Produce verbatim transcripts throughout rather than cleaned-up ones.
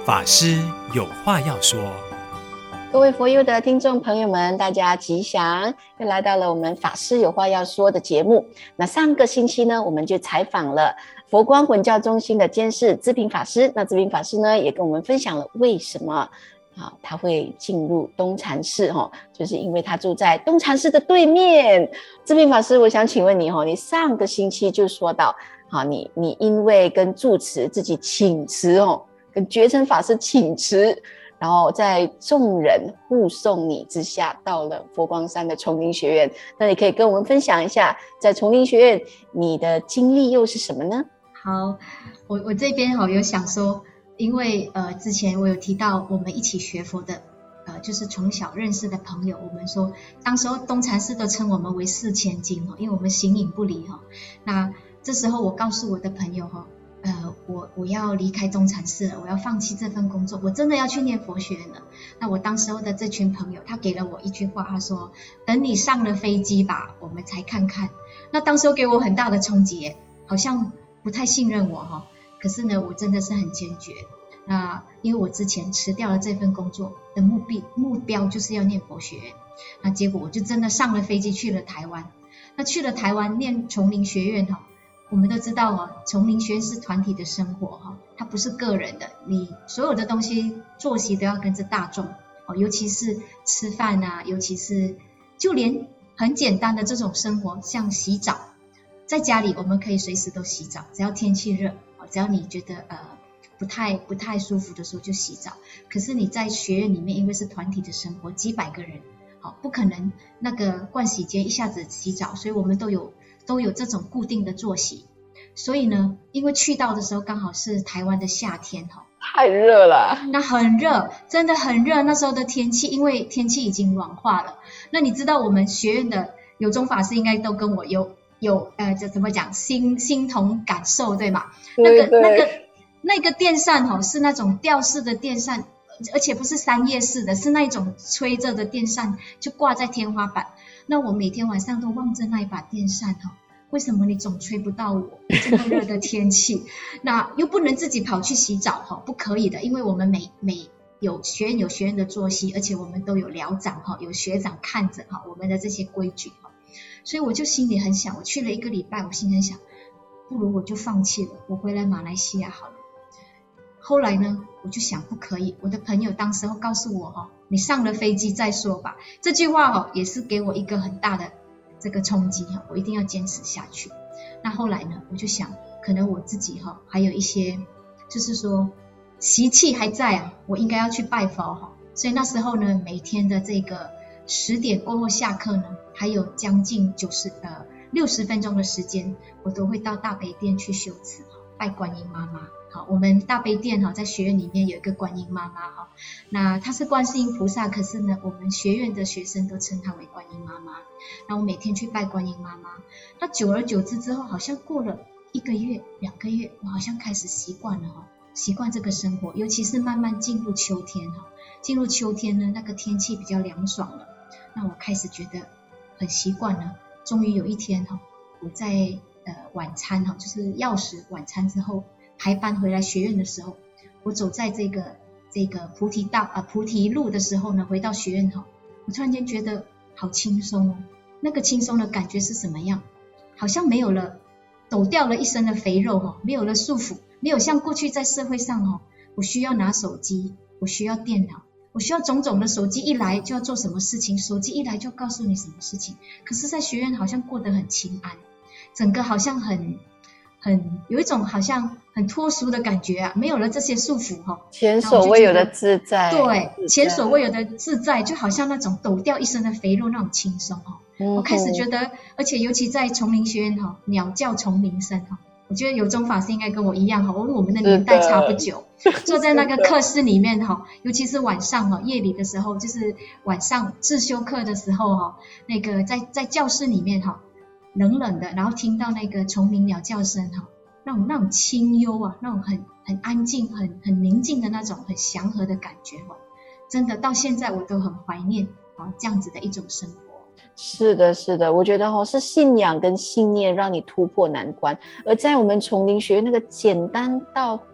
法师有话要说。 各位佛友的听众朋友们，大家吉祥，又来到了我们法师有话要说的节目。那上个星期呢，我们就采访了佛光文教中心的监事资平法师。那资平法师呢，也跟我们分享了为什么啊他会进入东禅寺，哦，就是因为他住在东禅寺的对面。资平法师，我想请问你，哦，你上个星期就说到，好，你你因为跟住持自己请辞，哦，跟觉诚法师请辞，然后在众人护送你之下，到了佛光山的丛林学院。那你可以跟我们分享一下，在丛林学院你的经历又是什么呢？ 好，我我这边有想说，因为呃之前我有提到我们一起学佛的，呃就是从小认识的朋友，我们说当时候东禅寺都称我们为四千金，因为我们形影不离。那这时候我告诉我的朋友，呃，我我要离开东禅寺了，我要放弃这份工作，我真的要去念佛学院了。那我当时候的这群朋友，他给了我一句话，他说：“等你上了飞机吧，我们才看看。”那当时候给我很大的冲击，好像不太信任我哈。可是呢，我真的是很坚决。那因为我之前辞掉了这份工作的目的目标就是要念佛学院，那结果我就真的上了飞机去了台湾。那去了台湾念丛林学院哈。我们都知道哦，丛林学院是团体的生活哈，它不是个人的，你所有的东西作息都要跟着大众哦，尤其是吃饭啊，尤其是就连很简单的这种生活，像洗澡，在家里我们可以随时都洗澡，只要天气热哦，只要你觉得呃不太不太舒服的时候就洗澡。可是你在学院里面，因为是团体的生活，几百个人，好，不可能那个盥洗间一下子洗澡，所以我们都有。都有这种固定的作息，所以呢，因为去到的时候刚好是台湾的夏天， 太热了， 那很热，真的很热。那时候的天气，因为天气已经暖化了。那你知道我们学院的有中法师应该都跟我有有呃，这怎么讲，心心同感受，对吗？ 对对， 那个那个那个电扇哦，是那种吊式的电扇，而且不是三叶式的，是那种吹着的电扇，就挂在天花板。那我每天晚上都望着那一把电扇，为什么你总吹不到我？这么热的天气，那又不能自己跑去洗澡，不可以的，因为我们每每有学院有学院的作息，而且我们都有寮长，有学长看着我们的这些规矩，所以我就心里很想，我去了一个礼拜，我心里很想，不如我就放弃了，我回来马来西亚好了。后来呢，我就想不可以，我的朋友当时候告诉我，你上了飞机再说吧。这句话也是给我一个很大的这个冲击，我一定要坚持下去。那后来呢，我就想可能我自己还有一些就是说习气还在啊，我应该要去拜佛。所以那时候呢，每天的这个十点过后下课呢，还有将近九十呃六十分钟的时间，我都会到大悲殿去修持，拜观音妈妈。好，我们大悲殿在学院里面有一个观音妈妈，那她是观世音菩萨，可是呢我们学院的学生都称她为观音妈妈。那我每天去拜观音妈妈，那久而久之之后，好像过了一个月两个月，我好像开始习惯了，习惯这个生活。尤其是慢慢进入秋天，进入秋天呢，那个天气比较凉爽了，那我开始觉得很习惯了。终于有一天我在呃晚餐就是药食晚餐之后排班回来学院的时候，我走在这个这个菩提道啊菩提路的时候呢，回到学院我突然间觉得好轻松哦。那个轻松的感觉是什么样？好像没有了，抖掉了一身的肥肉，没有了束缚，没有像过去在社会上我需要拿手机，我需要电脑，我需要种种的，手机一来就要做什么事情，手机一来就告诉你什么事情。可是在学院好像过得很清安，整个好像很很有一种好像很脱俗的感觉啊，没有了这些束缚哈， 前所未有的自在。 对，前所未有的自在，就好像那种抖掉一身的肥肉那种轻松哈。嗯、我开始觉得，而且尤其在丛林学院哈，鸟叫虫鸣声哈，我觉得有中法师应该跟我一样哈，因为我们的年代差不久，坐在那个课室里面哈，尤其是晚上哈，夜里的时候，就是晚上自修课的时候哈，那个在在教室里面哈。冷冷的，然后听到那个虫鸣鸟叫声哈，那种那种清幽啊，那种很很安静、很很宁静的那种很祥和的感觉哈，真的到现在我都很怀念啊这样子的一种生活。 是的，是的，我觉得是信仰跟信念让你突破难关，而在我们丛林学院那个简单到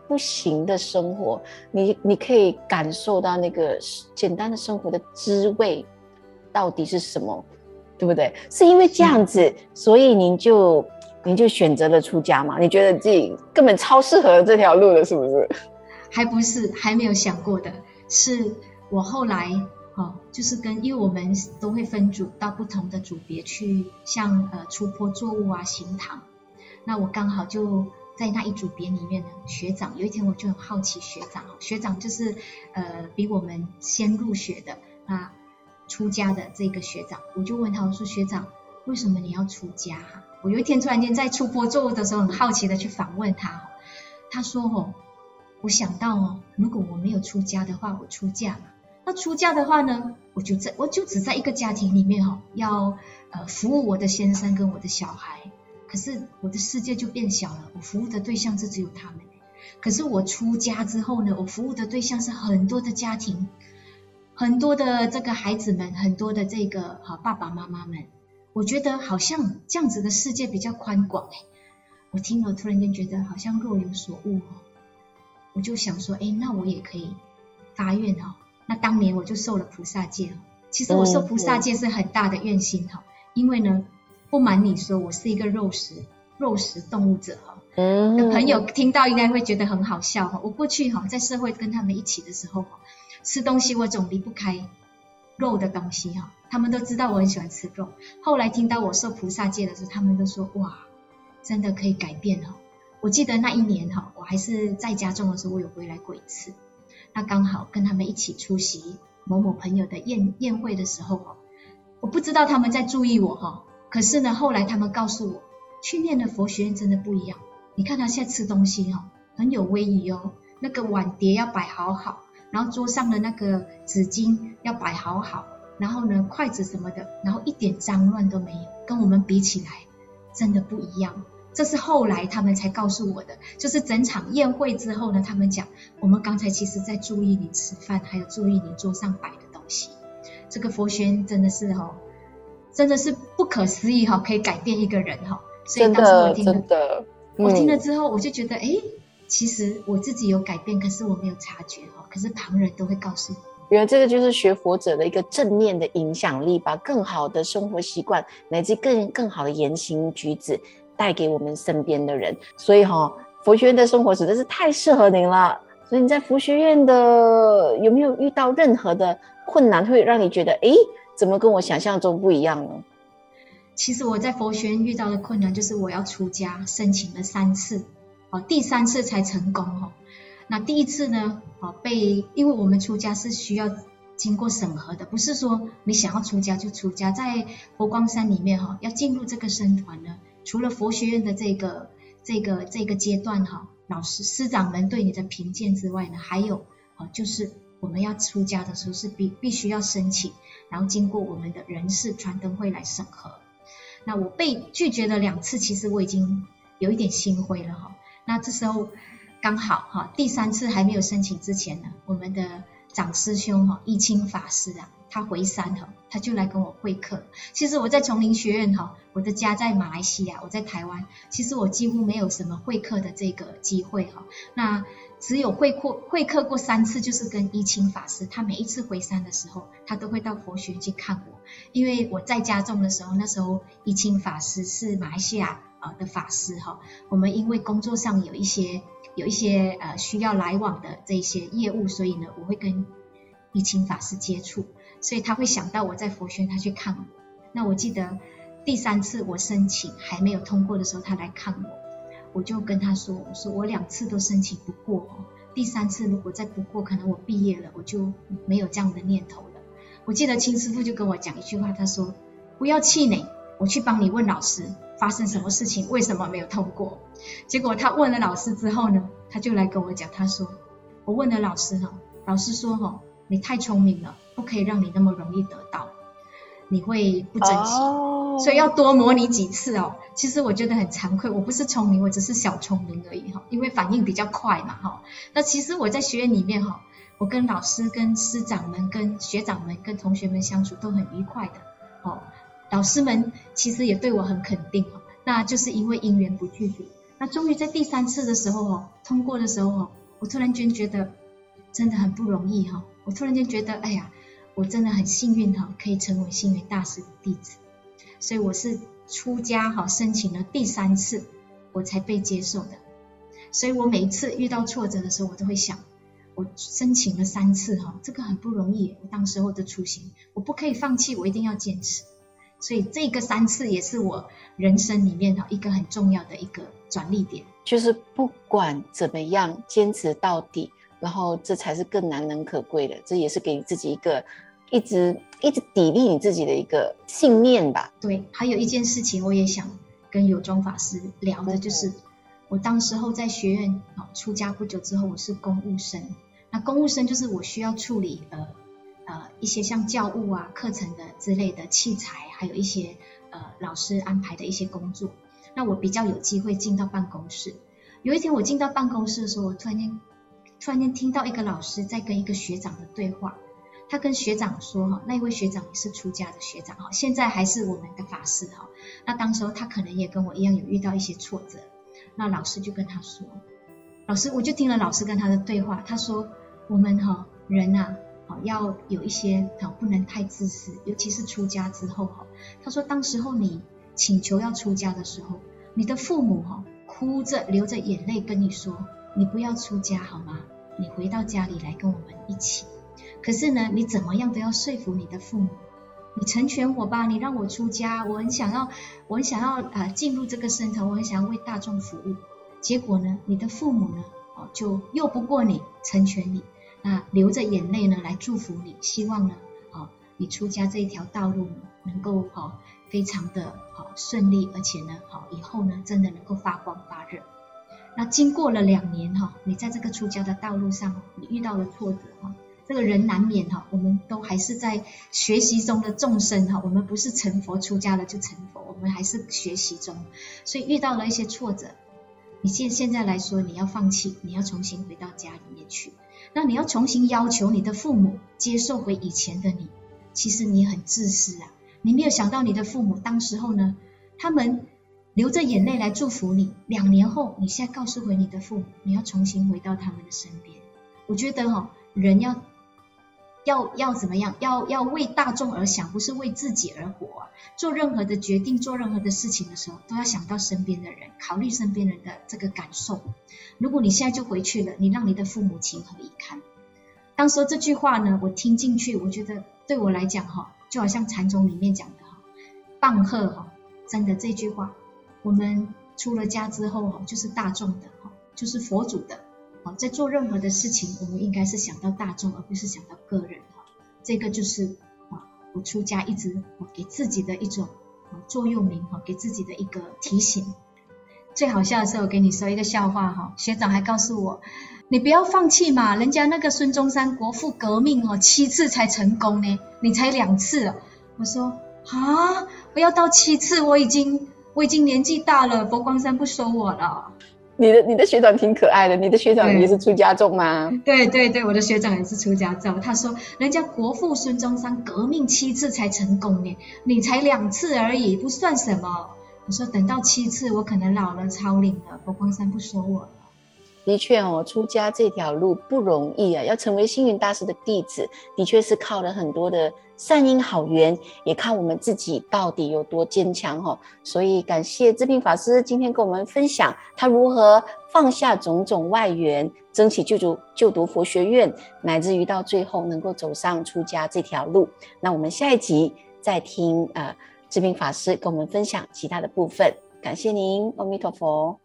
不行的生活，你你可以感受到那个简单的生活的滋味到底是什么，对不对？是因为这样子，所以您就您就选择了出家嘛？你觉得自己根本超适合这条路的，是不是？ 还不是，还没有想过的，是我后来哦，就是跟因为我们都会分组到不同的组别去，像呃出坡作物啊、行堂，那我刚好就在那一组别里面呢，学长有一天我就很好奇学长，学长就是呃比我们先入学的啊出家的这个学长，我就问他，我说学长为什么你要出家哈、啊？我有一天突然间在出坡作物的时候很好奇的去访问他，他说哦，我想到哦，如果我没有出家的话，我出嫁嘛，那出嫁的话呢，我就在我就只在一个家庭里面哈、哦，要呃服务我的先生跟我的小孩。可是我的世界就变小了，我服务的对象是只有他们。可是我出家之后呢，我服务的对象是很多的家庭，很多的这个孩子们，很多的这个好爸爸妈妈们。我觉得好像这样子的世界比较宽广哎。我听了突然间觉得好像若有所悟哦，我就想说，哎，那我也可以发愿哦。那当年我就受了菩萨戒哦。其实我受菩萨戒是很大的愿心哈、哦，因为呢。不瞒你说，我是一个肉食肉食动物者哈。嗯，的朋友听到应该会觉得很好笑哈。我过去哈在社会跟他们一起的时候，吃东西我总离不开肉的东西哈。他们都知道我很喜欢吃肉。后来听到我受菩萨戒的时候，他们都说哇，真的可以改变哈。我记得那一年哈，我还是在家中的时候，我有回来过一次。那刚好跟他们一起出席某某朋友的宴宴会的时候哈，我不知道他们在注意我哈。可是呢，后来他们告诉我，去念的佛学院真的不一样。你看他现在吃东西哦，很有威仪哦，那个碗碟要摆好好，然后桌上的那个纸巾要摆好好，然后呢，筷子什么的，然后一点脏乱都没有，跟我们比起来，真的不一样。这是后来他们才告诉我的，就是整场宴会之后呢，他们讲，我们刚才其实在注意你吃饭，还有注意你桌上摆的东西。这个佛学院真的是哦。真的是不可思议哈，可以改变一个人哈。所以当时我听了，真的，嗯、我听了之后，我就觉得，哎，其实我自己有改变，可是我没有察觉哈。可是旁人都会告诉我， 原来这个就是学佛者的一个正面的影响力，把更好的生活习惯，乃至更更好的言行举止带给我们身边的人。所以哈，佛学院的生活实在是太适合您了。所以你在佛学院的有没有遇到任何的困难，会让你觉得，哎？怎么跟我想象中不一样呢？ 其实我在佛学院遇到的困难就是我要出家，申请了三次，哦，第三次才成功哦。那第一次呢，哦，被因为我们出家是需要经过审核的，不是说你想要出家就出家。在佛光山里面哈、哦，要进入这个僧团呢，除了佛学院的这个这个这个阶段哈、哦，老师师长们对你的评鉴之外呢，还有哦就是。我们要出家的时候是必必须要申请，然后经过我们的人事传灯会来审核。那我被拒绝了两次，其实我已经有一点心灰了哈。那这时候刚好哈，第三次还没有申请之前呢，我们的长师兄哈义清法师啊，他回山哈，他就来跟我会客。其实我在丛林学院哈，我的家在马来西亚，我在台湾，其实我几乎没有什么会客的这个机会哈。那只有会客会客过三次，就是跟义清法师，他每一次回山的时候，他都会到佛学院去看我，因为我在家中的时候，那时候义清法师是马来西亚呃的法师哈，我们因为工作上有一些有一些呃需要来往的这些业务，所以呢，我会跟义清法师接触，所以他会想到我在佛学院，他去看我。那我记得第三次我申请还没有通过的时候，他来看我。我就跟他说，我说我两次都申请不过哦，第三次如果再不过，可能我毕业了，我就没有这样的念头了。我记得亲师父就跟我讲一句话，他说不要气馁，我去帮你问老师发生什么事情，为什么没有通过。结果他问了老师之后呢，他就来跟我讲，他说我问了老师哈，老师说哈，你太聪明了，不可以让你那么容易得到，你会不珍惜。哦所以要多模拟几次哦。其实我觉得很惭愧，我不是聪明，我只是小聪明而已哈，因为反应比较快嘛哈。那其实我在学院里面哈，我跟老师、跟师长们、跟学长们、跟同学们相处都很愉快的哦。老师们其实也对我很肯定哦，那就是因为因缘不具足， 那终于在第三次的时候哦，通过的时候哦，我突然间觉得真的很不容易哈、哦，我突然间觉得，哎呀，我真的很幸运哈、哦，可以成为星云大师的弟子，所以我是出家哈、哦，申请了第三次，我才被接受的。所以我每一次遇到挫折的时候，我都会想，我申请了三次哈、哦，这个很不容易，我当时候的初心，我不可以放弃，我一定要坚持。所以这个三次也是我人生里面一个很重要的一个转捩点， 就是不管怎么样坚持到底，然后这才是更难能可贵的，这也是给自己一个一直一直砥砺你自己的一个信念吧。 对，还有一件事情我也想跟有忠法师聊的，就是我当时候在学院出家不久之后，我是公务生，那公务生就是我需要处理呃呃一些像教务啊、课程的之类的器材，还有一些呃老师安排的一些工作。那我比较有机会进到办公室。有一天我进到办公室的时候，我突然间突然间听到一个老师在跟一个学长的对话。他跟学长说哈，那一位学长也是出家的学长哈，现在还是我们的法师哈。那当时候他可能也跟我一样有遇到一些挫折。那老师就跟他说，老师我就听了老师跟他的对话，他说我们哈人啊。要有一些不能太自私，尤其是出家之后。他说当时候你请求要出家的时候，你的父母哭着流着眼泪跟你说，你不要出家好吗？你回到家里来跟我们一起。可是呢，你怎么样都要说服你的父母，你成全我吧，你让我出家，我很想要我很想要、呃、进入这个僧团，我很想要为大众服务。结果呢，你的父母呢、哦、就拗不过你，成全你，那流着眼泪呢来祝福你，希望呢、哦、你出家这一条道路呢能够、哦、非常的、哦、顺利，而且呢、哦、以后呢真的能够发光发热。那经过了两年、哦、你在这个出家的道路上你遇到了挫折、哦、这个人难免、哦、我们都还是在学习中的众生、哦、我们不是成佛出家了就成佛，我们还是学习中，所以遇到了一些挫折，你现现在来说你要放弃，你要重新回到家里面去，那你要重新要求你的父母接受回以前的你，其实你很自私啊，你没有想到你的父母当时候呢，他们流着眼泪来祝福你，两年后你现在告诉回你的父母，你要重新回到他们的身边。我觉得、哦、人要要要怎么样，要要为大众而想，不是为自己而活、啊、做任何的决定，做任何的事情的时候都要想到身边的人，考虑身边人的这个感受。如果你现在就回去了，你让你的父母情何以堪。当时这句话呢我听进去，我觉得对我来讲、哦、就好像禅宗里面讲的、哦、棒喝、哦、真的这句话我们出了家之后、哦、就是大众的、哦、就是佛祖的、哦、在做任何的事情我们应该是想到大众而不是想到个人、哦、这个就是、哦、我出家一直、哦、给自己的一种、哦、座右铭、哦、给自己的一个提醒。最好笑的是我给你说一个笑话、哦、学长还告诉我，你不要放弃嘛，人家那个孙中山国父革命、哦、七次才成功呢，你才两次、哦、我说啊，不要到七次，我已经我已经年纪大了，佛光山不收我了。 你的你的学长挺可爱的，你的学长也是出家众吗？ 对对对，我的学长也是出家众。他说人家国父孙中山革命七次才成功呢，你才两次而已，不算什么。我说等到七次我可能老了超龄了，佛光山不收我了。 的确哦，出家这条路不容易啊，要成为星云大师的弟子，的确是靠了很多的善因好缘，也看我们自己到底有多坚强哦。所以感谢智彬法师今天跟我们分享他如何放下种种外缘，争取就读就读佛学院，乃至于到最后能够走上出家这条路。那我们下一集再听呃智彬法师跟我们分享其他的部分。感谢您，阿弥陀佛。